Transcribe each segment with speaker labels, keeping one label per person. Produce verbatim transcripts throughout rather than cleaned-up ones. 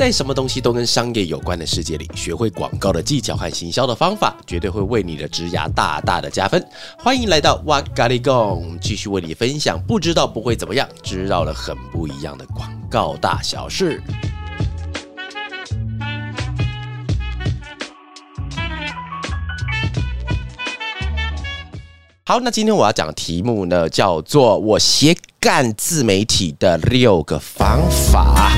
Speaker 1: 在什么东西都跟商业有关的世界里，学会广告的技巧和行销的方法，绝对会为你的职涯大大的加分。欢迎来到哇咖哩贡，继续为你分享不知道不会怎么样，知道了很不一样的广告大小事。好，那今天我要讲的题目呢，叫做我斜干自媒体的六个方法。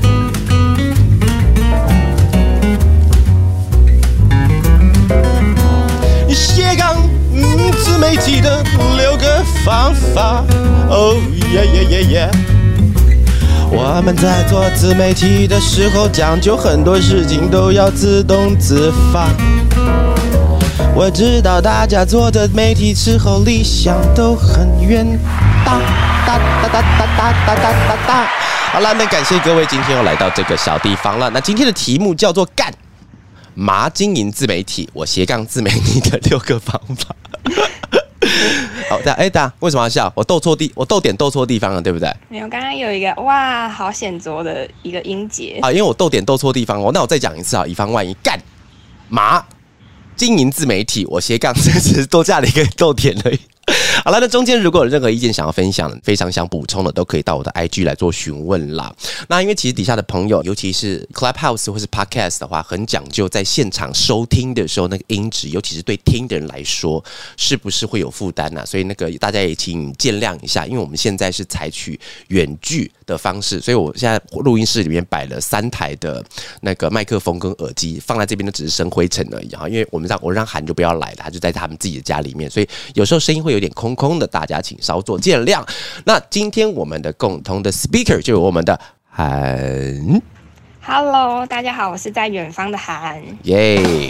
Speaker 1: 斜杠自媒体的六个方法，哦耶耶耶耶！我们在做自媒体的时候，讲究很多事情都要自动自发。我知道大家做的媒体之后理想都很远大，大大大大大大大大大。好了，那感谢各位今天又来到这个小地方了。那今天的题目叫做干嘛经营自媒体，我斜杠自媒体的六个方法。好，大家哎，大家为什么要笑？我逗错地，我逗点逗错地方了，对不对？
Speaker 2: 没有，刚刚有一个哇，好显著的一个音节
Speaker 1: 啊，因为我逗点逗错地方哦。那我再讲一次啊，以防万一，干嘛经营自媒体，我斜杠，只是多加了一个逗点而已。好了，那中间如果有任何意见想要分享的，非常想补充的，都可以到我的 I G 来做询问啦。那因为其实底下的朋友，尤其是 Clubhouse 或是 Podcast 的话，很讲究在现场收听的时候那个音质，尤其是对听的人来说，是不是会有负担啊？所以那个大家也请见谅一下，因为我们现在是采取远距的方式，所以我现在录音室里面摆了三台的那个麦克风跟耳机，放在这边的只是生灰尘而已哈。因为我们让我让韩就不要来了，他就在他们自己的家里面，所以有时候声音会有点空空的，大家请稍作见谅。那今天我们的共同的 speaker 就有我们的韩。
Speaker 2: Hello， 大家好，我是在远方的韩。
Speaker 1: 耶、yeah ，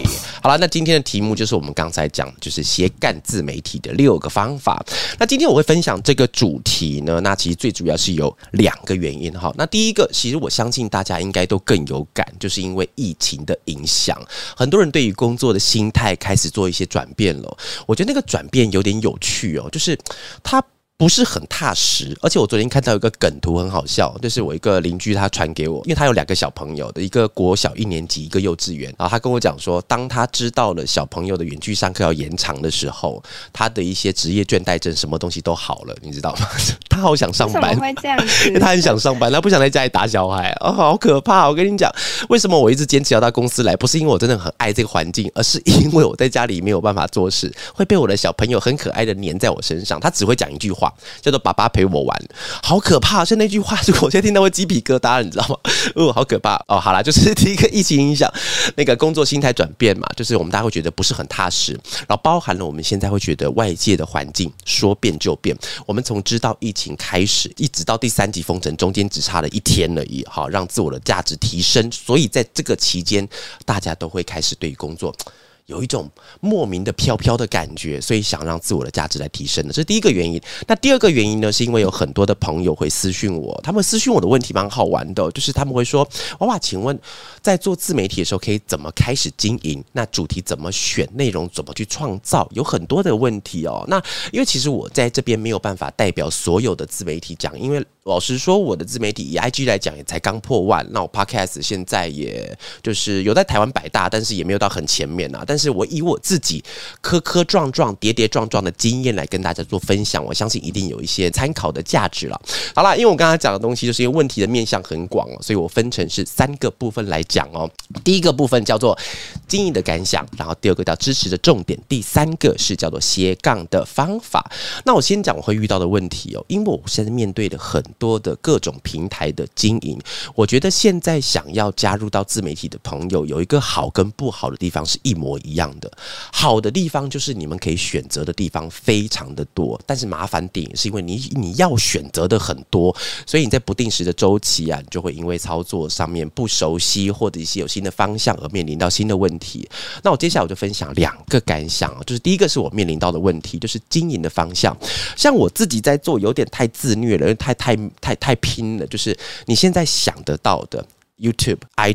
Speaker 1: 好了，那今天的题目就是我们刚才讲，就是斜干自媒体的六个方法。那今天我会分享这个主题呢，那其实最主要是有两个原因哈。那第一个，其实我相信大家应该都更有感，就是因为疫情的影响，很多人对于工作的心态开始做一些转变了。我觉得那个转变有点有趣哦，就是他不是很踏实，而且我昨天看到一个梗图很好笑，就是我一个邻居他传给我，因为他有两个小朋友的，一个国小一年级，一个幼稚园，然后他跟我讲说，当他知道了小朋友的远距上课要延长的时候，他的一些职业倦怠症什么东西都好了，你知道吗？他好想上班，
Speaker 2: 为什么会这样子？
Speaker 1: 他很想上班，他不想在家里打小孩，哦，好可怕！我跟你讲，为什么我一直坚持要到公司来？不是因为我真的很爱这个环境，而是因为我在家里没有办法做事，会被我的小朋友很可爱的黏在我身上，他只会讲一句话。叫做爸爸陪我玩，好可怕！所以那句话，如果我现在听到会鸡皮疙瘩，你知道吗？哦，好可怕哦！好啦，就是第一个疫情影响，那个工作心态转变嘛，就是我们大家会觉得不是很踏实，然后包含了我们现在会觉得外界的环境说变就变。我们从知道疫情开始，一直到第三级封城，中间只差了一天而已，好让自我的价值提升。所以在这个期间，大家都会开始对于工作有一种莫名的飘飘的感觉，所以想让自我的价值来提升的，这是第一个原因。那第二个原因呢，是因为有很多的朋友会私讯我，他们私讯我的问题蛮好玩的，就是他们会说：娃娃，请问在做自媒体的时候，可以怎么开始经营？那主题怎么选？内容怎么去创造？有很多的问题哦。那因为其实我在这边没有办法代表所有的自媒体讲，因为老实说，我的自媒体以 I G 来讲也才刚破万，那我 Podcast 现在也就是有在台湾百大，但是也没有到很前面啊。但是我以我自己磕磕撞撞、跌跌撞撞的经验来跟大家做分享，我相信一定有一些参考的价值了。好啦，因为我刚才讲的东西，就是因为问题的面向很广哦，所以我分成是三个部分来讲哦。第一个部分叫做经营的感想，然后第二个叫支持的重点，第三个是叫做斜杠的方法。那我先讲我会遇到的问题哦，因为我现在面对的很多的各种平台的经营，我觉得现在想要加入到自媒体的朋友，有一个好跟不好的地方是一模一样的。好的地方就是你们可以选择的地方非常的多，但是麻烦点是因为你你要选择的很多，所以你在不定时的周期啊，你就会因为操作上面不熟悉或者一些有新的方向而面临到新的问题。那我接下来我就分享两个感想啊，就是第一个是我面临到的问题，就是经营的方向。像我自己在做有点太自虐了，太太太太拼了，就是你现在想得到的 YouTube、I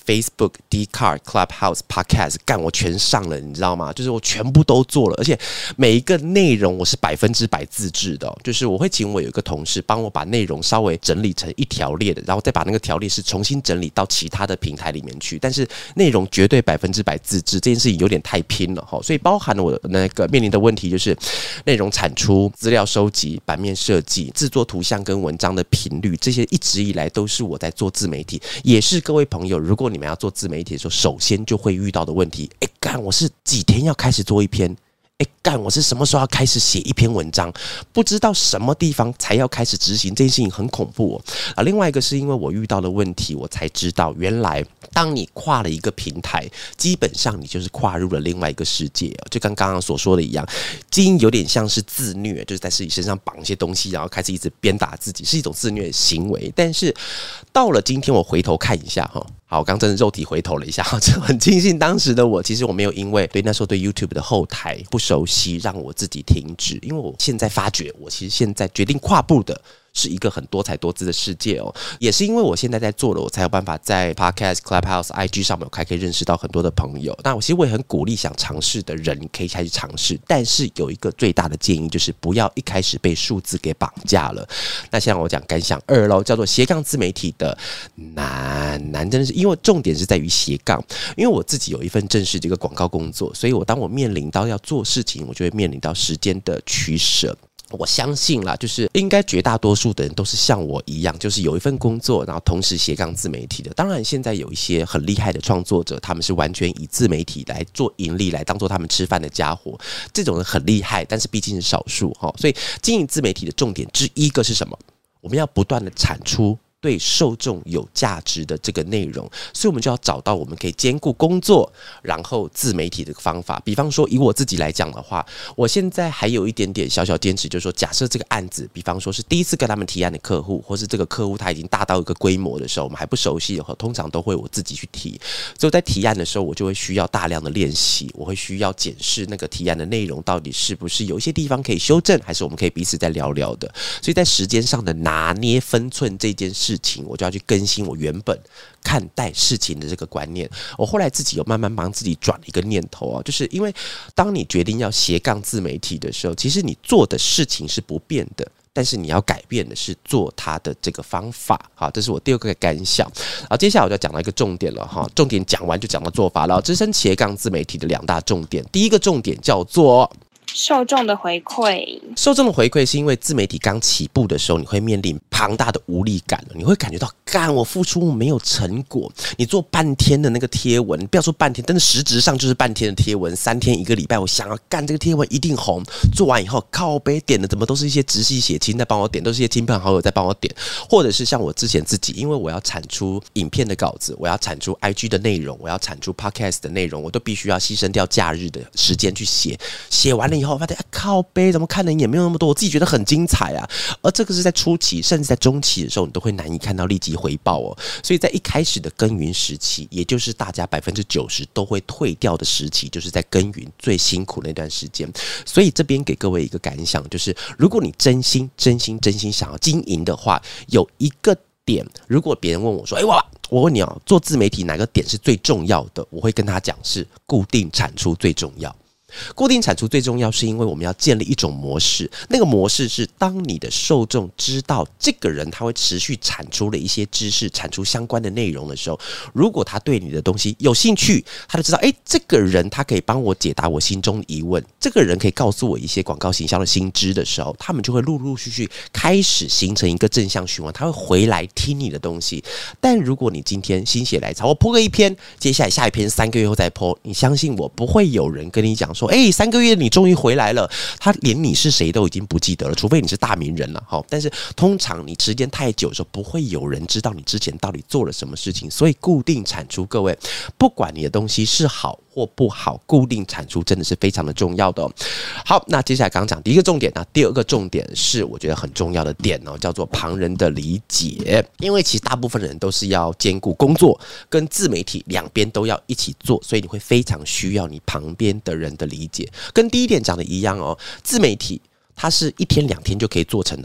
Speaker 1: G、Facebook、Dcard、Clubhouse、Podcast， 干我全上了，你知道吗？就是我全部都做了，而且每一个内容我是百分之百自制的、哦，就是我会请我有一个同事帮我把内容稍微整理成一条列的，然后再把那个条列是重新整理到其他的平台里面去，但是内容绝对百分之百自制，这件事情有点太拼了哈，所以包含了我那个面临的问题就是内容产出、资料收集、版面设计、制作图像跟文章的频率，这些一直以来都是我在做自媒体，也是各位朋友，如果你们要做自媒体的时候，首先就会遇到的问题。哎，干，我是几天要开始做一篇？哎，干，我是什么时候要开始写一篇文章？不知道什么地方才要开始执行，这件事情很恐怖哦。啊，另外一个是因为我遇到的问题，我才知道原来当你跨了一个平台，基本上你就是跨入了另外一个世界哦。就跟刚刚所说的一样，基因有点像是自虐，就是在自己身上绑一些东西，然后开始一直鞭打自己，是一种自虐的行为。但是到了今天，我回头看一下哈。好，我刚真的肉体回头了一下，就很庆幸当时的我，其实我没有因为对那时候对 YouTube 的后台不熟悉，让我自己停止。因为我现在发觉，我其实现在决定跨步的是一个很多彩多姿的世界哦。也是因为我现在在做了，我才有办法在 Podcast、Clubhouse、I G 上面，我还可以认识到很多的朋友。那我其实我也很鼓励想尝试的人可以开始尝试，但是有一个最大的建议就是不要一开始被数字给绑架了。那现在我讲感想二咯，叫做斜杠自媒体的难难，真的是因为重点是在于斜杠。因为我自己有一份正式这个广告工作，所以我当我面临到要做事情，我就会面临到时间的取舍。我相信啦，就是应该绝大多数的人都是像我一样，就是有一份工作，然后同时斜杠自媒体的。当然，现在有一些很厉害的创作者，他们是完全以自媒体来做盈利，来当做他们吃饭的家伙。这种人很厉害，但是毕竟是少数哈。所以经营自媒体的重点之一个是什么？我们要不断的产出对受众有价值的这个内容，所以我们就要找到我们可以兼顾工作然后自媒体的方法。比方说以我自己来讲的话，我现在还有一点点小小坚持，就是说假设这个案子比方说是第一次跟他们提案的客户，或是这个客户他已经大到一个规模的时候，我们还不熟悉的话，通常都会我自己去提。所以在提案的时候，我就会需要大量的练习，我会需要检视那个提案的内容到底是不是有一些地方可以修正，还是我们可以彼此再聊聊的。所以在时间上的拿捏分寸这件事事情，我就要去更新我原本看待事情的这个观念。我后来自己有慢慢帮自己转了一个念头啊，就是因为当你决定要斜杠自媒体的时候，其实你做的事情是不变的，但是你要改变的是做它的这个方法。好，这是我第二个感想。好，接下来我就讲到一个重点了哈，重点讲完就讲到做法了。支撑斜杠自媒体的两大重点，第一个重点叫做
Speaker 2: 受众的回馈。
Speaker 1: 受众的回馈是因为自媒体刚起步的时候，你会面临庞大的无力感，你会感觉到干我付出没有成果，你做半天的那个贴文，不要说半天，但是实质上就是半天的贴文，三天一个礼拜，我想要干这个贴文一定红，做完以后靠北点的怎么都是一些直系血亲在帮我点，都是一些亲朋好友在帮我点，或者是像我之前自己，因为我要产出影片的稿子，我要产出 I G 的内容，我要产出 Podcast 的内容，我都必须要牺牲掉假日的时间去写，写完了以后发现、啊、靠北怎么看的人也没有那么多，我自己觉得很精彩啊。而这个是在初期甚至在中期的时候，你都会难以看到立即回报哦。所以在一开始的耕耘时期，也就是大家百分之九十都会退掉的时期，就是在耕耘最辛苦那段时间。所以这边给各位一个感想，就是如果你真心真心真心想要经营的话，有一个点，如果别人问我说：“哎、欸，哇，我问你哦，做自媒体哪个点是最重要的？”我会跟他讲是固定产出最重要。固定产出最重要，是因为我们要建立一种模式，那个模式是当你的受众知道这个人他会持续产出了一些知识，产出相关的内容的时候，如果他对你的东西有兴趣，他就知道，哎，这个人他可以帮我解答我心中的疑问，这个人可以告诉我一些广告行销的新知的时候，他们就会陆陆续续开始形成一个正向循环，他会回来听你的东西。但如果你今天心血来潮，我 po 个一篇，接下来下一篇三个月后再 po， 你相信我，不会有人跟你讲说，哎、欸，三个月你终于回来了，他连你是谁都已经不记得了，除非你是大名人了。好，但是通常你时间太久的时候，不会有人知道你之前到底做了什么事情。所以固定产出，各位，不管你的东西是好或不好，固定产出真的是非常的重要的哦。好，那接下来刚刚讲第一个重点，那第二个重点是我觉得很重要的点哦，叫做旁人的理解。因为其实大部分人都是要兼顾工作跟自媒体两边都要一起做，所以你会非常需要你旁边的人的理解。跟第一点讲的一样哦，自媒体它是一天两天就可以做成的吗？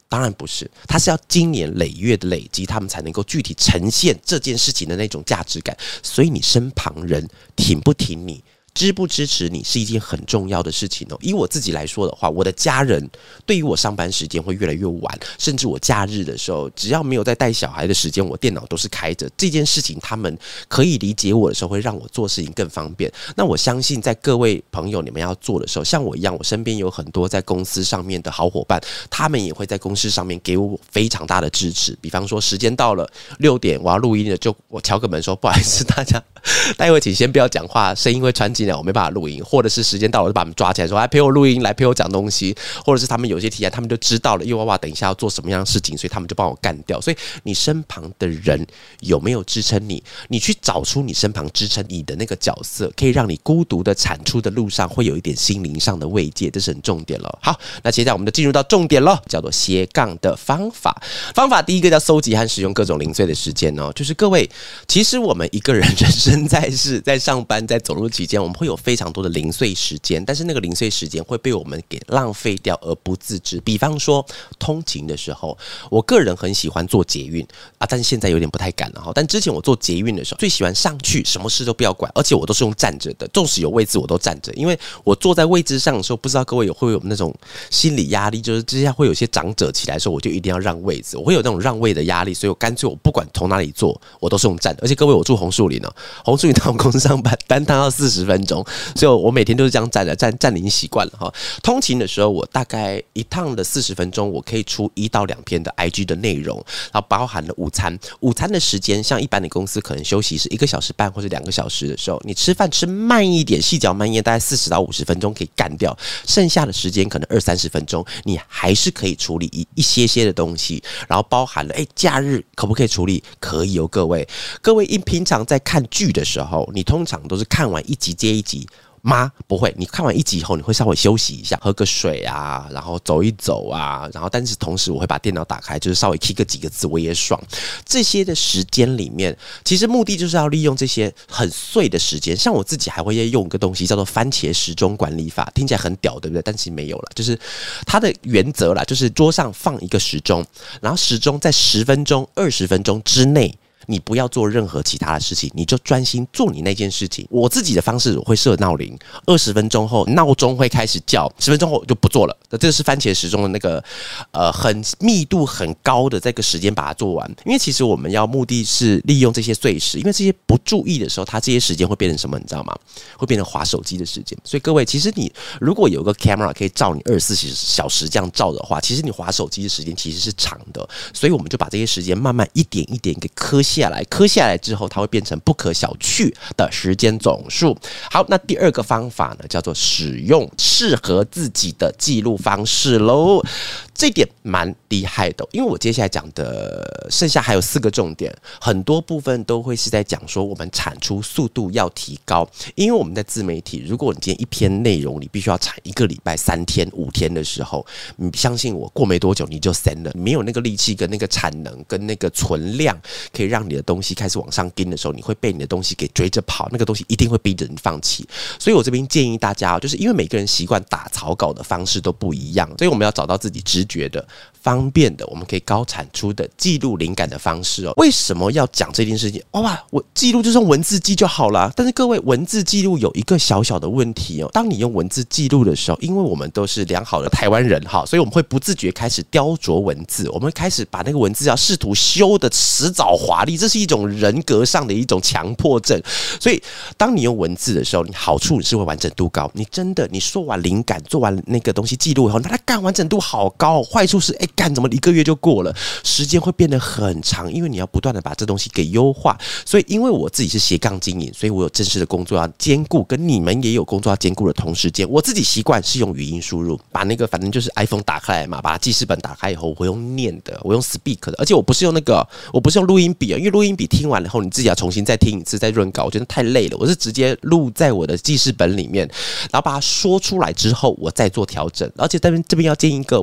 Speaker 1: 当然不是，它是要经年累月的累积，他们才能够具体呈现这件事情的那种价值感。所以你身旁人挺不挺你，支不支持你是一件很重要的事情哦。以我自己来说的话，我的家人对于我上班时间会越来越晚，甚至我假日的时候，只要没有在带小孩的时间，我电脑都是开着。这件事情他们可以理解我的时候，会让我做事情更方便。那我相信在各位朋友你们要做的时候，像我一样，我身边有很多在公司上面的好伙伴，他们也会在公司上面给我非常大的支持。比方说时间到了六点我要录音了，就我敲个门说不好意思大家待会请先不要讲话，声音会传进来，我没办法录音。或者是时间到了就把他们抓起来说来陪我录音，来陪我讲东西。或者是他们有些提案他们就知道了，因为哇哇等一下要做什么样的事情，所以他们就帮我干掉。所以你身旁的人有没有支撑你，你去找出你身旁支撑你的那个角色，可以让你孤独的产出的路上会有一点心灵上的慰藉，这是很重点了。好，那接下来我们就进入到重点了，叫做斜杠的方法。方法第一个叫搜集和使用各种零碎的时间哦，就是各位，其实我们一个人人生在世，在上班在走路期间，我们会有非常多的零碎时间，但是那个零碎时间会被我们给浪费掉而不自知。比方说通勤的时候，我个人很喜欢坐捷运啊，但是现在有点不太敢了哈。但之前我坐捷运的时候，最喜欢上去，什么事都不要管，而且我都是用站着的，纵使有位置我都站着，因为我坐在位置上的时候，不知道各位有会有那种心理压力，就是之下会有些长者起来的时候，我就一定要让位置，我会有那种让位的压力，所以我干脆我不管从哪里坐，我都是用站的。而且各位，我住红树林哦，红树林到我们公司上班单趟要四十分钟，所以我每天都是这样站的，站站已经习惯了哈。通勤的时候，我大概一趟的四十分钟，我可以出一到两篇的 I G 的内容，然后包含了午餐。午餐的时间，像一般的公司可能休息是一个小时半或者两个小时的时候，你吃饭吃慢一点，细嚼慢咽，大概四十到五十分钟可以干掉，剩下的时间可能二三十分钟，你还是可以处理一一些些的东西，然后包含了哎，假日可不可以处理？可以哦，各位，各位因平常在看剧的时候，你通常都是看完一集接一集。吗？不会，你看完一集以后，你会稍微休息一下，喝个水啊，然后走一走啊，然后但是同时我会把电脑打开，就是稍微 key 个几个字，我也爽。这些的时间里面，其实目的就是要利用这些很碎的时间。像我自己还会用一个东西叫做番茄时钟管理法，听起来很屌，对不对？但是没有了，就是它的原则啦，就是桌上放一个时钟，然后时钟在十分钟、二十分钟之内。你不要做任何其他的事情，你就专心做你那件事情。我自己的方式，我会设闹铃，二十分钟后闹钟会开始叫，十分钟后我就不做了。这个是番茄时钟的那个呃很密度很高的这个时间把它做完。因为其实我们要目的是利用这些碎时，因为这些不注意的时候，它这些时间会变成什么？你知道吗？会变成滑手机的时间。所以各位，其实你如果有个 camera 可以照你二十四小时这样照的话，其实你滑手机的时间其实是长的。所以我们就把这些时间慢慢一点一点给刻下。下来，刻下来之后，它会变成不可小觑的时间总数。好，那第二个方法呢，叫做使用适合自己的记录方式喽。这点蛮厉害的，因为我接下来讲的剩下还有四个重点，很多部分都会是在讲说我们产出速度要提高。因为我们在自媒体，如果你今天一篇内容你必须要产一个礼拜、三天、五天的时候，你相信我，过没多久你就闲了，你没有那个力气跟那个产能跟那个存量，可以让你的东西开始往上跟的时候，你会被你的东西给追着跑，那个东西一定会逼着你放弃。所以我这边建议大家，就是因为每个人习惯打草稿的方式都不一样，所以我们要找到自己直觉的、方便的，我们可以高产出的记录灵感的方式哦。为什么要讲这件事情？哇，我记录就是用文字记就好了。但是各位，文字记录有一个小小的问题哦。当你用文字记录的时候，因为我们都是良好的台湾人哈，所以我们会不自觉开始雕琢文字，我们会开始把那个文字要试图修的辞藻华丽，这是一种人格上的一种强迫症。所以当你用文字的时候，你好处是会完整度高，你真的你说完灵感做完那个东西记录以后，那它干完整度好高。坏处是哎干怎么一个月就过了，时间会变得很长，因为你要不断的把这东西给优化。所以因为我自己是斜杠经营，所以我有正式的工作要兼顾，跟你们也有工作要兼顾的同时间，我自己习惯是用语音输入，把那个反正就是 iPhone 打开来嘛，把记事本打开以后，我会用念的，我用 speak 的，而且我不是用那个，我不是用录音笔啊，因为录音笔听完了后你自己要重新再听一次再润稿，我觉得太累了。我是直接录在我的记事本里面，然后把它说出来之后，我再做调整。而且这边这边要建议各位啊，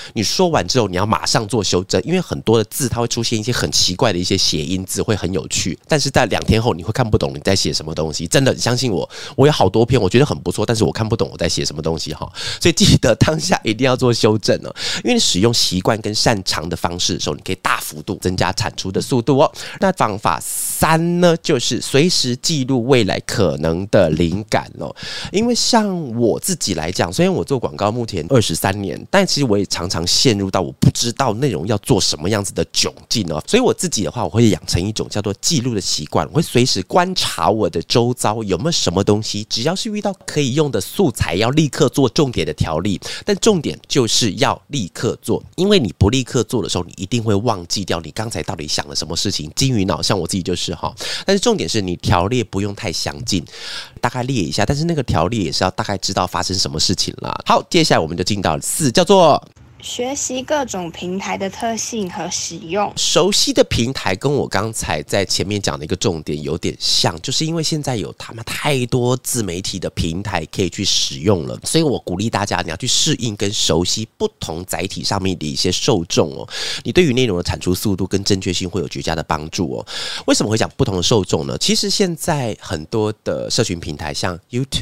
Speaker 1: 你说完之后你要马上做修正，因为很多的字它会出现一些很奇怪的一些谐音字，会很有趣，但是在两天后你会看不懂你在写什么东西。真的，你相信我，我有好多篇我觉得很不错，但是我看不懂我在写什么东西哈。所以记得当下一定要做修正哦，因为你使用习惯跟擅长的方式的时候，你可以大幅度增加产出的速度哦。那方法三呢，就是随时记录未来可能的灵感哦。因为像我自己来讲，虽然我做广告目前二十三年，但其实我也常常陷入到我不知道内容要做什么样子的窘境哦。所以我自己的话，我会养成一种叫做记录的习惯，我会随时观察我的周遭有没有什么东西，只要是遇到可以用的素材，要立刻做重点的条例。但重点就是要立刻做，因为你不立刻做的时候，你一定会忘记掉你刚才到底想了什么事情，金鱼脑，像我自己就是哈。但是重点是你条列不用太详尽，大概列一下，但是那个条列也是要大概知道发生什么事情啦。好，接下来我们就进到四，叫做
Speaker 2: 学习各种平台的特性和使用。
Speaker 1: 熟悉的平台跟我刚才在前面讲的一个重点有点像，就是因为现在有他们太多自媒体的平台可以去使用了，所以我鼓励大家你要去适应跟熟悉不同载体上面的一些受众哦，你对于内容的产出速度跟正确性会有绝佳的帮助哦。为什么会讲不同的受众呢？其实现在很多的社群平台，像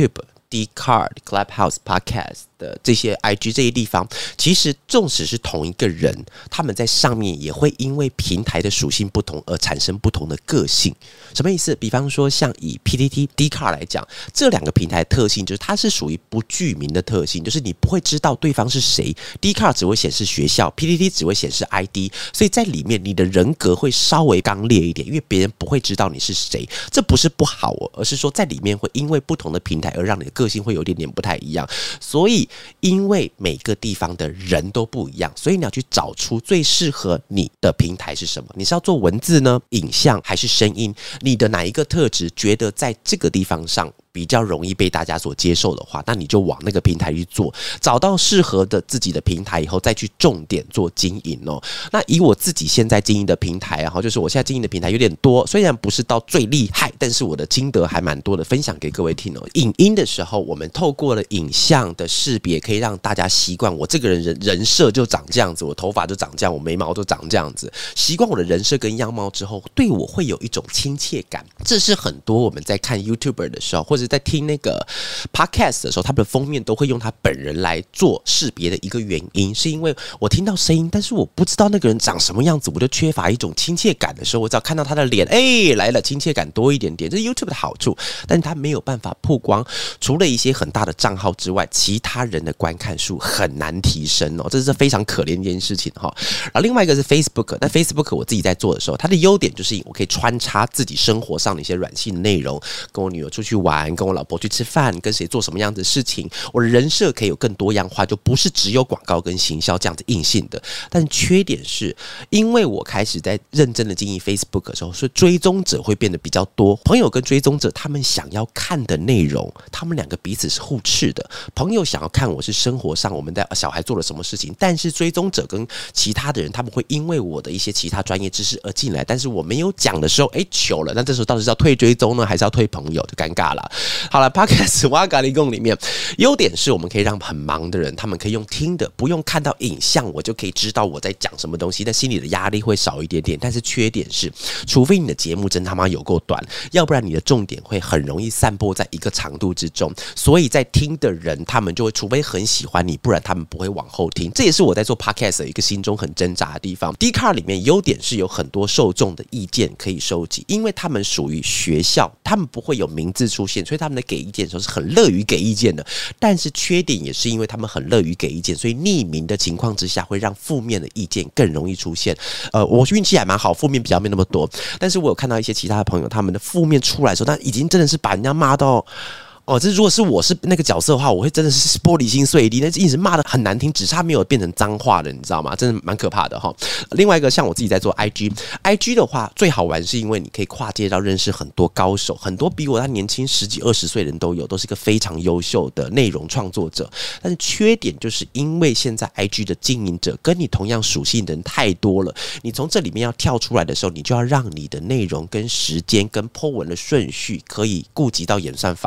Speaker 1: YouTube、Dcard、Clubhouse、Podcast 的这些 I G 这些地方，其实纵使是同一个人，他们在上面也会因为平台的属性不同而产生不同的个性。什么意思？比方说像以 P T T、Dcard 来讲，这两个平台的特性就是它是属于不具名的特性，就是你不会知道对方是谁。Dcard 只会显示学校， P T T 只会显示 I D， 所以在里面你的人格会稍微刚烈一点，因为别人不会知道你是谁。这不是不好哦，而是说在里面会因为不同的平台而让你的个性会有点点不太一样。所以因为每个地方的人都不一样，所以你要去找出最适合你的平台是什么。你是要做文字呢、影像还是声音？你的哪一个特质觉得在这个地方上比较容易被大家所接受的话，那你就往那个平台去做，找到适合的自己的平台以后，再去重点做经营哦。那以我自己现在经营的平台啊，就是我现在经营的平台有点多，虽然不是到最厉害，但是我的心得还蛮多的，分享给各位听哦。影音的时候，我们透过了影像的识别，可以让大家习惯我这个人人人设就长这样子，我头发就长这样，我眉毛就长这样子，习惯我的人设跟样貌之后，对我会有一种亲切感。这是很多我们在看 YouTuber 的时候，或者在听那个 Podcast 的时候，他们的封面都会用他本人来做识别的一个原因，是因为我听到声音，但是我不知道那个人长什么样子，我就缺乏一种亲切感的时候，我只要看到他的脸，哎、欸，来了，亲切感多一点点，这是 YouTube 的好处。但是他没有办法曝光，除了一些很大的账号之外，其他人的观看数很难提升哦，这是非常可怜的一件事情哈。然后另外一个是 Facebook， 但 Facebook 我自己在做的时候，它的优点就是我可以穿插自己生活上的一些软性的内容，跟我女儿出去玩，跟我老婆去吃饭，跟谁做什么样的事情，我的人设可以有更多样化，就不是只有广告跟行销这样子硬性的。但缺点是，因为我开始在认真的经营 Facebook 的时候，所以追踪者会变得比较多。朋友跟追踪者他们想要看的内容，他们两个彼此是互斥的。朋友想要看我是生活上我们在小孩做了什么事情，但是追踪者跟其他的人他们会因为我的一些其他专业知识而进来，但是我没有讲的时候，哎，糗了。那这时候到底是要退追踪呢，还是要退朋友？就尴尬了。好了 ，Podcast 哇咖喱贡里面优点是我们可以让很忙的人，他们可以用听的，不用看到影像，我就可以知道我在讲什么东西，但心里的压力会少一点点。但是缺点是，除非你的节目真他妈有够短，要不然你的重点会很容易散播在一个长度之中，所以在听的人他们就会，除非很喜欢你，不然他们不会往后听。这也是我在做 Podcast 的一个心中很挣扎的地方。Dcard 里面优点是有很多受众的意见可以收集，因为他们属于学校，他们不会有名字出现，所以他们的给意见的时候是很乐于给意见的。但是缺点也是因为他们很乐于给意见，所以匿名的情况之下会让负面的意见更容易出现。呃，我运气还蛮好，负面比较没那么多。但是我有看到一些其他的朋友，他们的负面出来的时候，他已经真的是把人家骂到。哦，这如果是我是那个角色的话，我会真的是玻璃心碎地，那一直骂得很难听，只差没有变成脏话了，你知道吗？真的蛮可怕的哈。另外一个，像我自己在做 I G，I G 的话最好玩是因为你可以跨界到认识很多高手，很多比我他年轻十几二十岁的人都有，都是一个非常优秀的内容创作者。但是缺点就是因为现在 I G 的经营者跟你同样属性的人太多了，你从这里面要跳出来的时候，你就要让你的内容跟时间跟 po 文的顺序可以顾及到演算法。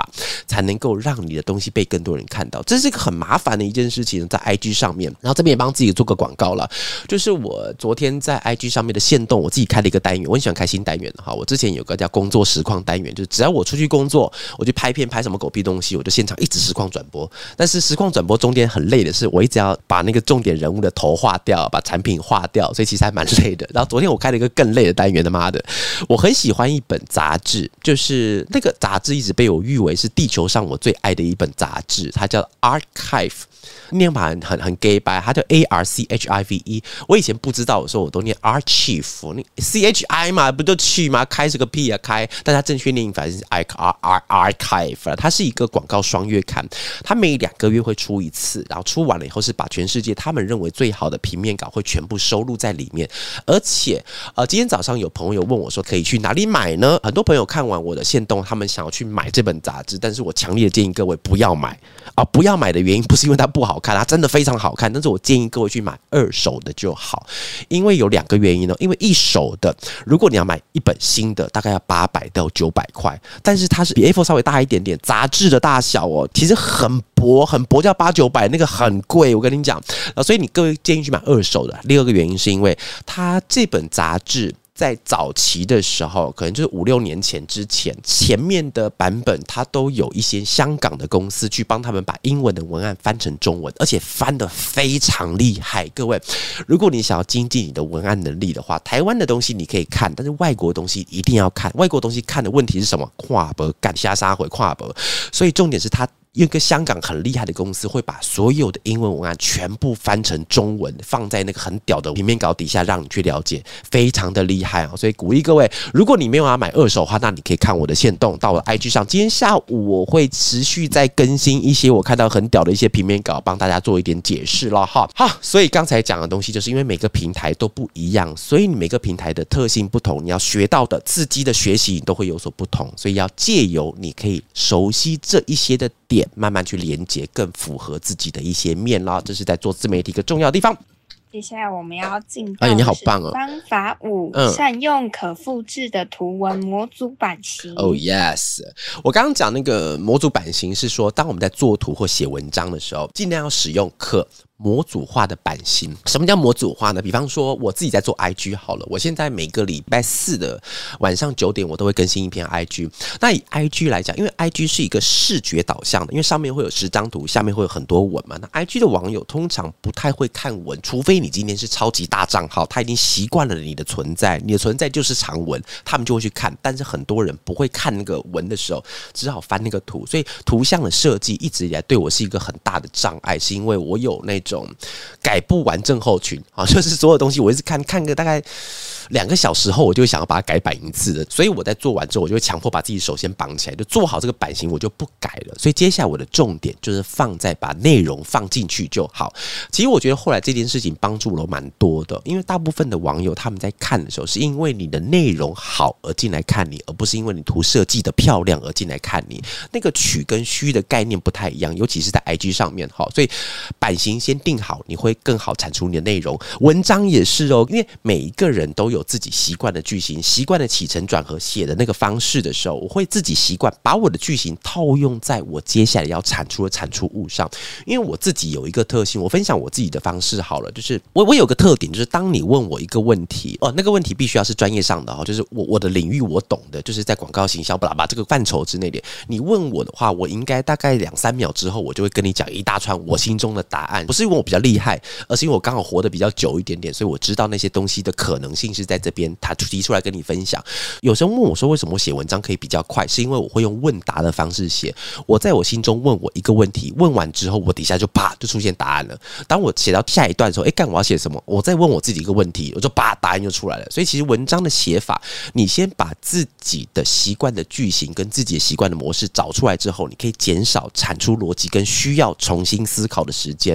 Speaker 1: 才能够让你的东西被更多人看到。这是一个很麻烦的一件事情，在 I G 上面。然后这边也帮自己做个广告了，就是我昨天在 I G 上面的限动，我自己开了一个单元，我很喜欢开新单元的哈。我之前有个叫工作实况单元，就是只要我出去工作，我去拍片拍什么狗屁东西，我就现场一直实况转播。但是实况转播中间很累的是，我一直要把那个重点人物的头画掉，把产品画掉，所以其实还蛮累的。然后昨天我开了一个更累的单元，他妈的，我很喜欢一本杂志，就是那个杂志一直被我誉为是地球上我最爱的一本杂志，它叫 Archive。念法很很很 gay 白，它叫 A R C H I V E。我以前不知道，我说我都念 Archive， 你 C H I 嘛，不就去吗？开是个屁啊，开！但它正确念法是 R R Archive， 它是一个广告双月刊，它每两个月会出一次，然后出完了以后是把全世界他们认为最好的平面稿会全部收录在里面。而且，呃，今天早上有朋友问我说，可以去哪里买呢？很多朋友看完我的限动，他们想要去买这本杂志，但是我强烈的建议各位不要买啊！不要买的原因不是因为它不好看，它真的非常好看，但是我建议各位去买二手的就好，因为有两个原因哦。因为一手的，如果你要买一本新的，大概要八百到九百块，但是它是比 A 四 稍微大一点点，杂志的大小哦，其实很薄，很薄，叫八九百，那个很贵，我跟你讲。所以你各位建议去买二手的。第二个原因是因为它这本杂志在早期的时候，可能就是五六年前之前，前面的版本它都有一些香港的公司去帮他们把英文的文案翻成中文，而且翻得非常厉害。各位，如果你想要精进你的文案能力的话，台湾的东西你可以看，但是外国的东西一定要看。外国的东西看的问题是什么？跨博干瞎杀回跨博，所以重点是它。一个香港很厉害的公司会把所有的英文文案全部翻成中文，放在那个很屌的平面稿底下，让你去了解，非常的厉害啊！所以鼓励各位，如果你没有要买二手的话，那你可以看我的限动，到我的 I G 上。今天下午我会持续再更新一些我看到很屌的一些平面稿，帮大家做一点解释了哈。好，所以刚才讲的东西，就是因为每个平台都不一样，所以你每个平台的特性不同，你要学到的刺激的学习都会有所不同，所以要借由你可以熟悉这一些的点，慢慢去连接更符合自己的一些面啦，这是在做自媒体一个重要的地方。
Speaker 2: 接下来我们要进到
Speaker 1: 哎，你好棒哦！
Speaker 2: 方法五、嗯，善用可复制的图文模组版型。
Speaker 1: Oh yes， 我刚刚讲那个模组版型是说，当我们在做图或写文章的时候，尽量要使用可模组化的版型。什么叫模组化呢？比方说我自己在做 I G 好了，我现在每个礼拜四的晚上九点我都会更新一篇 I G。那以 I G 来讲，因为 I G 是一个视觉导向的，因为上面会有十张图，下面会有很多文嘛。那 I G 的网友通常不太会看文，除非你今天是超级大账号，他已经习惯了你的存在，你的存在就是长文，他们就会去看。但是很多人不会看那个文的时候，只好翻那个图。所以图像的设计一直以来对我是一个很大的障碍，是因为我有那种改不完症候群啊，就是所有东西我一直看看个大概两个小时后，我就会想要把它改版一次的。所以我在做完之后，我就会强迫把自己手先绑起来，就做好这个版型，我就不改了。所以接下来我的重点就是放在把内容放进去就好。其实我觉得后来这件事情帮助了蛮多的，因为大部分的网友他们在看的时候，是因为你的内容好而进来看你，而不是因为你图设计的漂亮而进来看你。那个曲跟虚的概念不太一样，尤其是在 I G 上面。所以版型先定好，你会更好产出你的内容。文章也是哦，因为每一个人都有自己习惯的句型，习惯的起承转合写的那个方式的时候，我会自己习惯把我的句型套用在我接下来要产出的产出物上。因为我自己有一个特性，我分享我自己的方式好了，就是我我有个特点，就是当你问我一个问题哦，那个问题必须要是专业上的哦，就是我我的领域我懂的，就是在广告行销巴拉巴这个范畴之内的。你问我的话，我应该大概两三秒之后，我就会跟你讲一大串我心中的答案。不是因为我比较厉害，而是因为我刚好活得比较久一点点，所以我知道那些东西的可能性是在这边，他提出来跟你分享。有时候问我说为什么我写文章可以比较快，是因为我会用问答的方式写。我在我心中问我一个问题，问完之后我底下就啪就出现答案了。当我写到下一段的时候，哎，干我要写什么？我再问我自己一个问题，我就啪答案就出来了。所以其实文章的写法，你先把自己的习惯的句型跟自己的习惯的模式找出来之后，你可以减少产出逻辑跟需要重新思考的时间哦。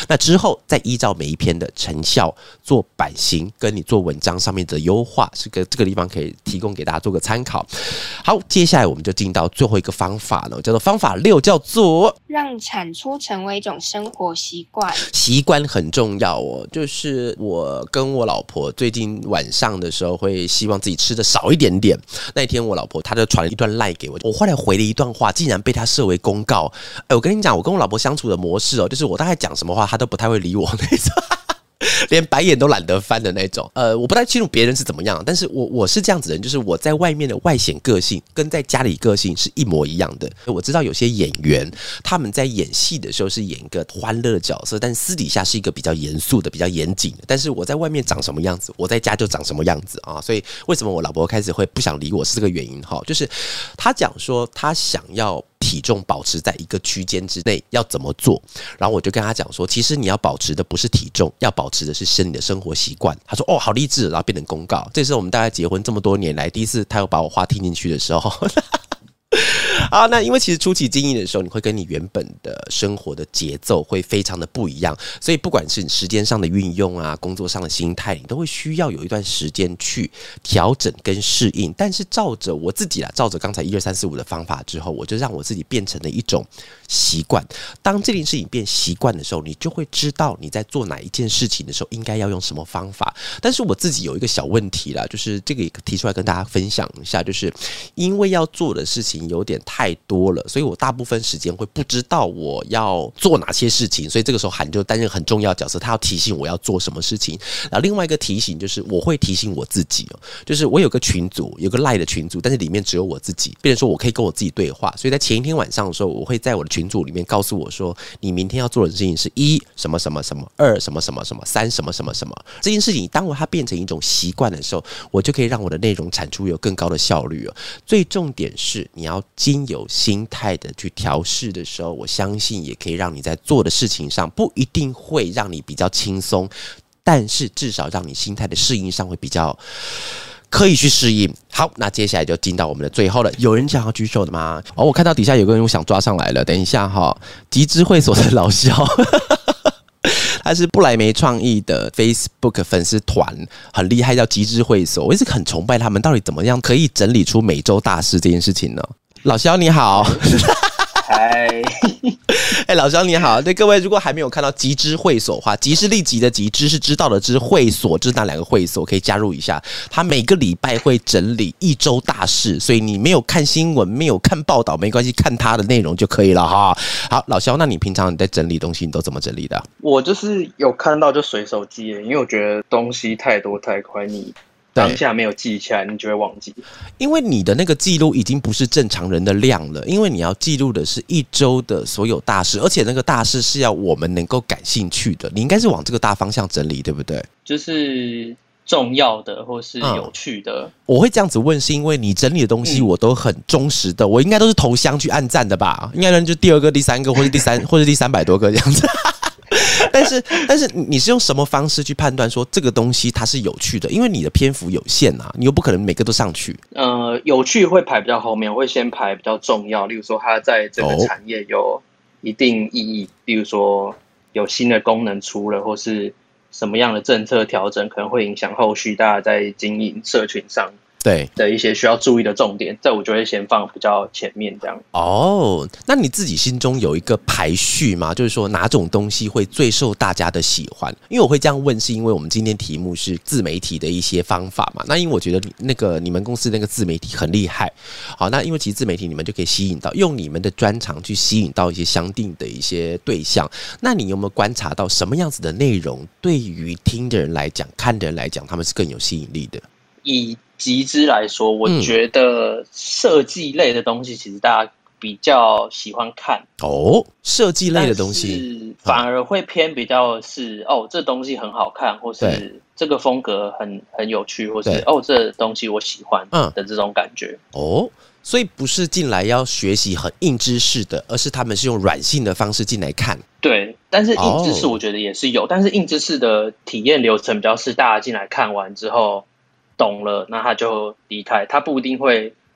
Speaker 1: 那之后再依照每一篇的成效做版型，跟你做文章上面的优化，是个这个地方可以提供给大家做个参考。好，接下来我们就进到最后一个方法了，叫做方法六，叫做
Speaker 2: 让产出成为一种生活习惯。
Speaker 1: 习惯很重要哦，就是我跟我老婆最近晚上的时候会希望自己吃的少一点点。那一天我老婆她就传了一段 LINE 给我，我后来回了一段话，竟然被她设为公告。哎，我跟你讲，我跟我老婆相处的模式哦，就是我大概讲什么话，她都不太会理我那种。连白眼都懒得翻的那种。呃，我不太清楚别人是怎么样，但是我我是这样子的人，就是我在外面的外显个性跟在家里个性是一模一样的。我知道有些演员他们在演戏的时候是演一个欢乐的角色，但私底下是一个比较严肃的、比较严谨的。但是我在外面长什么样子，我在家就长什么样子啊。所以为什么我老婆开始会不想理我是这个原因哈，就是她讲说她想要体重保持在一个区间之内要怎么做，然后我就跟他讲说，其实你要保持的不是体重，要保持的是生你的生活习惯。他说哦，好励志，然后变成公告。这是我们大概结婚这么多年来第一次他有把我话听进去的时候。好，那因为其实初期经营的时候，你会跟你原本的生活的节奏会非常的不一样，所以不管是你时间上的运用啊，工作上的心态，你都会需要有一段时间去调整跟适应。但是照着我自己啦，照着刚才一二三四五的方法之后，我就让我自己变成了一种习惯。当这件事情变习惯的时候，你就会知道你在做哪一件事情的时候应该要用什么方法。但是我自己有一个小问题啦，就是这个也提出来跟大家分享一下，就是因为要做的事情有点太多了，所以我大部分时间会不知道我要做哪些事情，所以这个时候韩就担任很重要的角色，他要提醒我要做什么事情。然后另外一个提醒就是我会提醒我自己，就是我有个群组，有个 LINE 的群组，但是里面只有我自己，变成说我可以跟我自己对话。所以在前一天晚上的时候，我会在我的群组里面告诉我说，你明天要做的事情是一什么什么什么，二什么什么什么，三什么什么什么。这件事情当我它变成一种习惯的时候，我就可以让我的内容产出有更高的效率。最重点是你要经由心态的去调试的时候，我相信也可以让你在做的事情上不一定会让你比较轻松，但是至少让你心态的适应上会比较可以去适应。好，那接下来就进到我们的最后了。有人想要举手的吗？哦，我看到底下有个人我想抓上来了，等一下哈，集资会所的老肖。他是不来梅创意的 Facebook 粉丝团，很厉害，叫集资会所。我一直很崇拜他们，到底怎么样可以整理出每周大事这件事情呢？老肖你好。
Speaker 3: 嗨，
Speaker 1: 哎，老肖你好。对各位，如果还没有看到集资会所的话，集是立即的集，知是知道的知，会所就是那两个会所，可以加入一下。他每个礼拜会整理一周大事，所以你没有看新闻，没有看报道没关系，看他的内容就可以了哈。好，老肖，那你平常你在整理东西，你都怎么整理的？
Speaker 3: 我就是有看到就随手记，因为我觉得东西太多太快，你当下没有记起来，你就会忘记。
Speaker 1: 因为你的那个记录已经不是正常人的量了，因为你要记录的是一周的所有大事，而且那个大事是要我们能够感兴趣的。你应该是往这个大方向整理，对不对？
Speaker 3: 就是重要的或是有趣的。嗯、
Speaker 1: 我会这样子问，是因为你整理的东西我都很忠实的，嗯、我应该都是投箱去按赞的吧？应该就第二个、第三个，或是第三，或是第三百多个这样子。但是，但是你是用什么方式去判断说这个东西它是有趣的？因为你的篇幅有限啊，你又不可能每个都上去。
Speaker 3: 呃，有趣会排比较后面，我会先排比较重要，例如说它在这个产业有一定意义，例如说有新的功能出了，或是什么样的政策调整可能会影响后续大家在经营社群上对的一些需要注意的重点，这我就会先放比较前面这样。
Speaker 1: 哦，那你自己心中有一个排序吗？就是说哪种东西会最受大家的喜欢？因为我会这样问，是因为我们今天题目是自媒体的一些方法嘛。那因为我觉得那个你们公司那个自媒体很厉害，好，那因为其实自媒体你们就可以吸引到用你们的专长去吸引到一些相应的一些对象。那你有没有观察到什么样子的内容对于听的人来讲、看的人来讲，他们是更有吸引力的？
Speaker 3: 以集资来说，我觉得设计类的东西其实大家比较喜欢看
Speaker 1: 哦。设计类的东西
Speaker 3: 反而会偏比较是哦，这东西很好看，或是这个风格很很有趣，或是哦这东西我喜欢的这种感觉、
Speaker 1: 嗯、哦。所以不是进来要学习很硬知识的，而是他们是用软性的方式进来看。
Speaker 3: 对，但是硬知识我觉得也是有，哦、但是硬知识的体验流程比较是大家进来看完之后懂了，那他就离开，他不一定会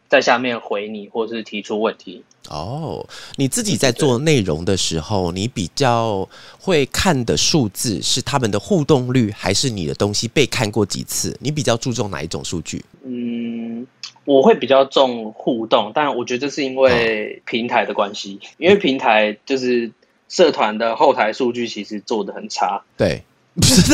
Speaker 3: 在下面回你，或是提出问题。
Speaker 1: 哦，你自己在做内容的时候，你比较会看的数字是他们的互动率，还是你的东西被看过几次？你比较注重哪一种数据？
Speaker 3: 嗯，我会比较重互动，但我觉得这是因为平台的关系，因为平台就是社团的后台数据其实做得很差。
Speaker 1: 对，不是。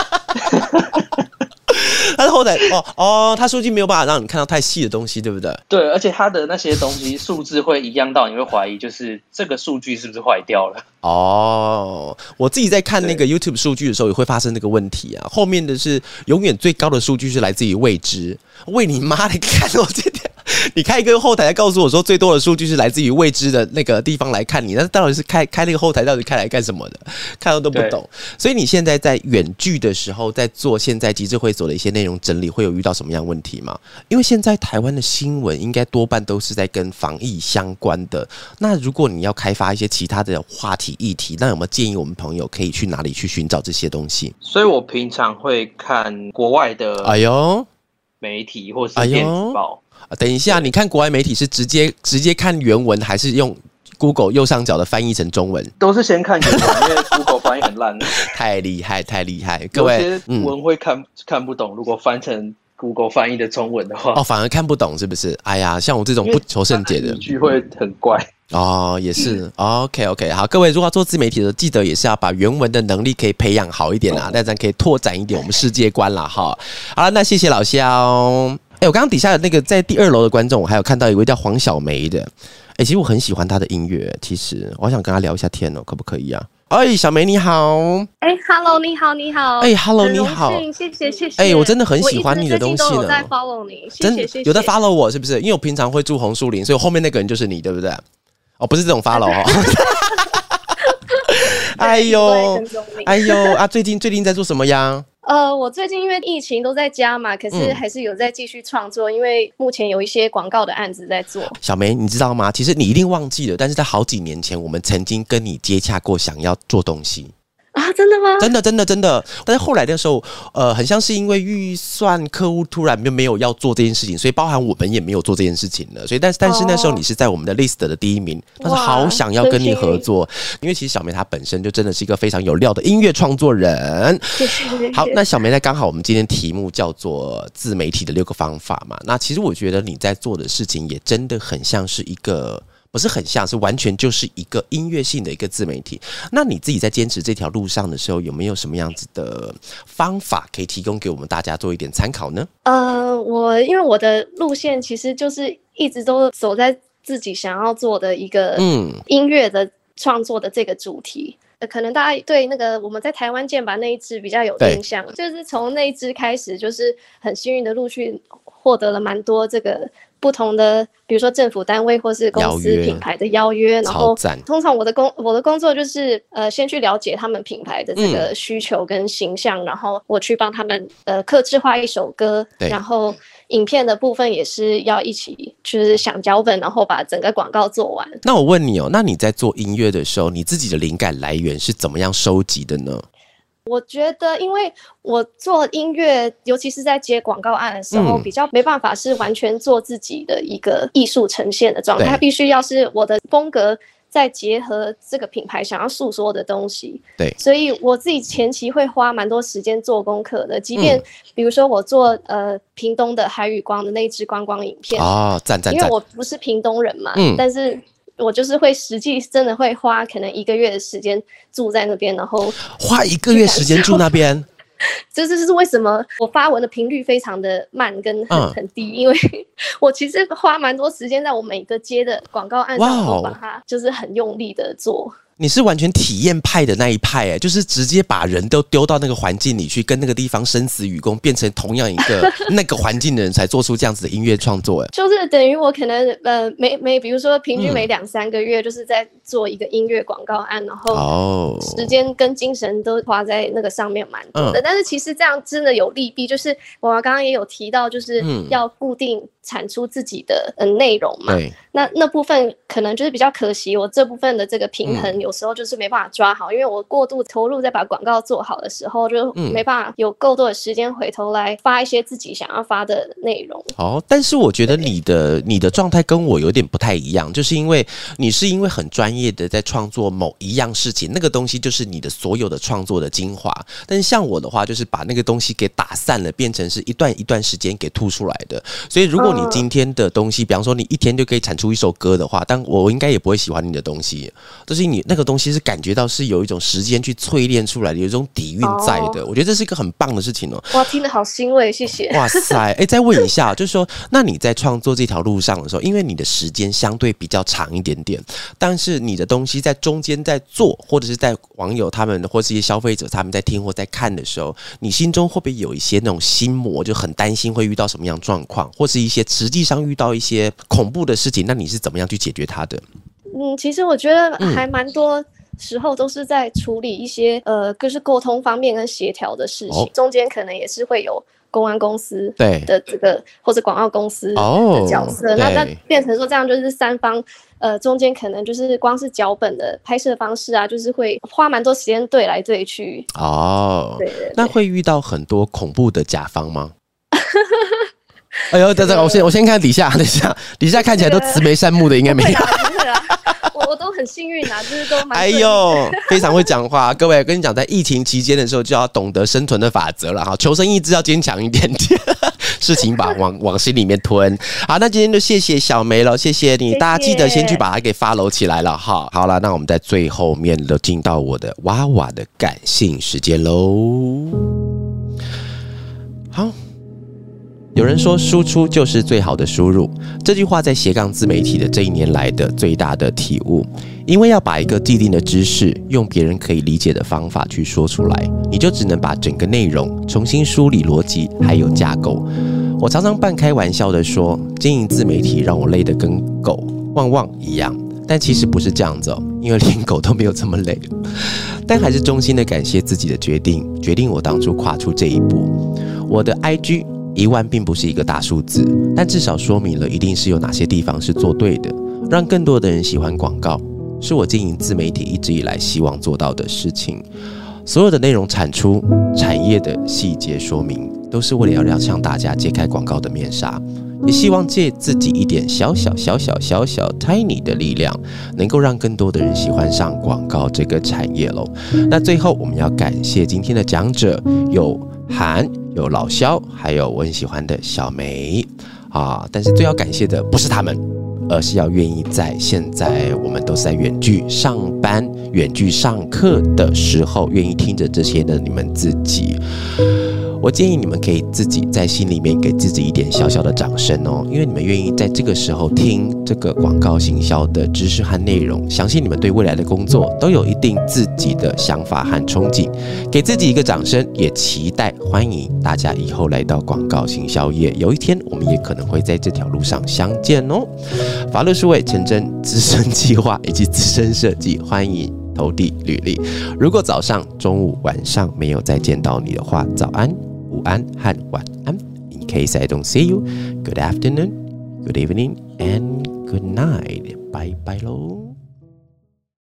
Speaker 1: 他的后台哦哦，他数据没有办法让你看到太细的东西，对不对？
Speaker 3: 对，而且他的那些东西数字会一样到你会怀疑，就是这个数据是不是坏掉了？哦，
Speaker 1: 我自己在看那个 YouTube 数据的时候，也会发生这个问题啊。后面的是永远最高的数据是来自于未知，为你妈的看我这条。你开一个后台告诉我说最多的数据是来自于未知的那个地方来看你，那到底是开开那个后台到底开来干什么的？看到都不懂。所以你现在在远距的时候，在做现在极致会所的一些内容整理，会有遇到什么样的问题吗？因为现在台湾的新闻应该多半都是在跟防疫相关的。那如果你要开发一些其他的话题议题，那有没有建议我们朋友可以去哪里去寻找这些东西？
Speaker 3: 所以我平常会看国外的哎呦媒体或是电子报。
Speaker 1: 啊、等一下，你看国外媒体是直接直接看原文，还是用 Google 右上角的翻译成中文？
Speaker 3: 都是先看原文，因为 Google 翻译很烂。
Speaker 1: 太厉害，太厉害！各位，
Speaker 3: 有些文会看、嗯、看不懂，如果翻成 Google 翻译的中文的话，
Speaker 1: 哦，反而看不懂，是不是？哎呀，像我这种不求甚解的，
Speaker 3: 语句会很怪。
Speaker 1: 哦，也是、嗯、，OK OK， 好，各位如果要做自媒体的，记得也是要把原文的能力可以培养好一点啦，但咱可以拓展一点我们世界观啦，哈。好了，那谢谢老萧。哎、欸，我刚刚底下的那个在第二楼的观众，我还有看到一位叫黄小梅的。哎、欸，其实我很喜欢她的音乐，其实我好想跟她聊一下天哦，可不可以啊？哎，小梅你好。
Speaker 2: 哎、欸、，Hello， 你好，你好。
Speaker 1: 哎、欸、，Hello， 你好。
Speaker 2: 谢谢，谢谢。
Speaker 1: 哎、欸，我真的很喜欢你的东西呢。
Speaker 2: 我一直最近都有在 follow 你，谢谢，谢谢。
Speaker 1: 有在 follow 我是不是？因为我平常会住红树林，所以后面那个人就是你，对不对？哦，不是这种 follow 哦。哎呦，哎呦啊！最近最近在做什么呀？
Speaker 2: 呃，我最近因为疫情都在家嘛，可是还是有在继续创作、嗯，因为目前有一些广告的案子在做。小梅，
Speaker 1: 你知道吗？其实你一定忘记了，但是在好几年前，我们曾经跟你接洽过，想要做东西。
Speaker 2: 啊，真的吗？
Speaker 1: 真的，真的，真的。但是后来的时候，呃，很像是因为预算，客户突然就没有要做这件事情，所以包含我们也没有做这件事情了。所以，但是，但是那时候你是在我们的 list 的第一名，但是好想要跟你合作，因为其实小梅她本身就真的是一个非常有料的音乐创作人。
Speaker 2: 谢谢。
Speaker 1: 好，那小梅呢？刚好我们今天题目叫做自媒体的六个方法嘛。那其实我觉得你在做的事情也真的很像是一个。不是很像，是完全就是一个音乐性的一个自媒体。那你自己在坚持这条路上的时候，有没有什么样子的方法可以提供给我们大家做一点参考呢？
Speaker 2: 呃，我因为我的路线其实就是一直都走在自己想要做的一个音乐的创作的这个主题。呃、可能大家对那个我们在台湾键盘那一支比较有印象，就是从那一支开始，就是很幸运的陆续获得了蛮多这个不同的，比如说政府单位或是公司品牌的邀约，然后通常我的工我的工作就是呃先去了解他们品牌的这个需求跟形象，嗯、然后我去帮他们呃客制化一首歌，然后影片的部分也是要一起就是想脚本，然后把整个广告做完。
Speaker 1: 那我问你哦，那你在做音乐的时候，你自己的灵感来源是怎么样收集的呢？
Speaker 2: 我觉得因为我做音乐尤其是在接广告案的时候、嗯、比较没办法是完全做自己的一个艺术呈现的状态，它必须要是我的风格再结合这个品牌想要诉说的东西。对，所以我自己前期会花蛮多时间做功课的，即便比如说我做呃屏东的海与光的那一支观光影片
Speaker 1: 哦，赞赞赞，
Speaker 2: 因为我不是屏东人嘛、嗯、但是我就是会实际真的会花可能一个月的时间住在那边，然后
Speaker 1: 花一个月时间住那边，
Speaker 2: 这就是为什么我发文的频率非常的慢跟 很,、嗯、很低，因为我其实花蛮多时间在我每个接的广告案上，我把它就是很用力的做。
Speaker 1: 你是完全体验派的那一派哎，就是直接把人都丢到那个环境里去，跟那个地方生死与共，变成同样一个那个环境的人，才做出这样子的音乐创作哎。
Speaker 2: 就是等于我可能呃每每比如说平均每两三个月，就是在做一个音乐广告案，然后时间跟精神都花在那个上面蛮多的、嗯。但是其实这样真的有利弊，就是我刚刚也有提到，就是要固定产出自己的呃内容嘛。那那部分可能就是比较可惜，我这部分的这个平衡有时候就是没办法抓好，嗯、因为我过度投入在把广告做好的时候，就没办法有够多的时间回头来发一些自己想要发的内容。
Speaker 1: 哦，但是我觉得你的你的状态跟我有点不太一样，就是因为你是因为很专业的在创作某一样事情，那个东西就是你的所有的创作的精华。但是像我的话，就是把那个东西给打散了，变成是一段一段时间给吐出来的。所以如果你今天的东西，比方说你一天就可以产出一首歌的话，但我应该也不会喜欢你的东西。就是你那个东西是感觉到是有一种时间去淬炼出来的，有一种底蕴在的。哦、我觉得这是一个很棒的事情哦。
Speaker 2: 哇，听得好欣慰，谢谢。
Speaker 1: 哇塞，哎、欸，再问一下，就是说，那你在创作这条路上的时候，因为你的时间相对比较长一点点，但是你的东西在中间在做，或者是在网友他们或是一些消费者他们在听或在看的时候，你心中会不会有一些那种心魔，就很担心会遇到什么样的状况，或是一些实际上遇到一些恐怖的事情，那你是怎么样去解决它的？
Speaker 2: 嗯，其实我觉得还蛮多时候都是在处理一些、嗯、呃，就是沟通方面跟协调的事情，哦、中间可能也是会有公关公司的这个或者广告公司的角色，哦、那那变成说这样就是三方。呃，中间可能就是光是脚本的拍摄方式啊，就是会花蛮多时间对来对去。
Speaker 1: 哦，
Speaker 2: 对对对，
Speaker 1: 那会遇到很多恐怖的甲方吗？哎呦，等等，我先我先看底下，等一下，底下看起来都慈眉善目的，应该没有。
Speaker 2: 不会啦，我我都很幸运啊，就是都蛮。
Speaker 1: 哎呦，非常会讲话，各位，跟你讲，在疫情期间的时候，就要懂得生存的法则了哈，求生意志要坚强一点点。事情吧，往往心里面吞。好，那今天就谢谢小梅了，谢谢你，谢谢大家记得先去把它给 follow 起来了哈。好了，那我们在最后面都进到我的娃娃的感性时间喽。好。有人说输出就是最好的输入，这句话在斜杠自媒体的这一年来的最大的体悟。因为要把一个既定的知识用别人可以理解的方法去说出来，你就只能把整个内容重新梳理逻辑还有架构。我常常半开玩笑的说，经营自媒体让我累得跟狗汪汪一样，但其实不是这样子哦，因为连狗都没有这么累。但还是衷心的感谢自己的决定，决定我当初跨出这一步。我的 I G一万并不是一个大数字，但至少说明了一定是有哪些地方是做对的，让更多的人喜欢广告，是我经营自媒体一直以来希望做到的事情。所有的内容产出、产业的细节说明，都是为了要让向大家揭开广告的面纱，也希望借自己一点小小小小小小 tiny 的力量，能够让更多的人喜欢上广告这个产业咯。那最后我们要感谢今天的讲者，有韩，有老萧，还有我很喜欢的小梅啊。但是最要感谢的不是他们，而是要愿意在现在我们都是在远距上班、远距上课的时候，愿意听着这些的你们自己。我建议你们可以自己在心里面给自己一点小小的掌声哦，因为你们愿意在这个时候听这个广告行销的知识和内容，相信你们对未来的工作都有一定自己的想法和憧憬，给自己一个掌声，也期待欢迎大家以后来到广告行销业，有一天我们也可能会在这条路上相见哦。法律数位成真资深计划以及资深设计，欢迎投递履历。如果早上、中午、晚上没有再见到你的话，早安、午安和晚安。In case I don't see you, good afternoon, good evening, and good night. Bye bye 咯。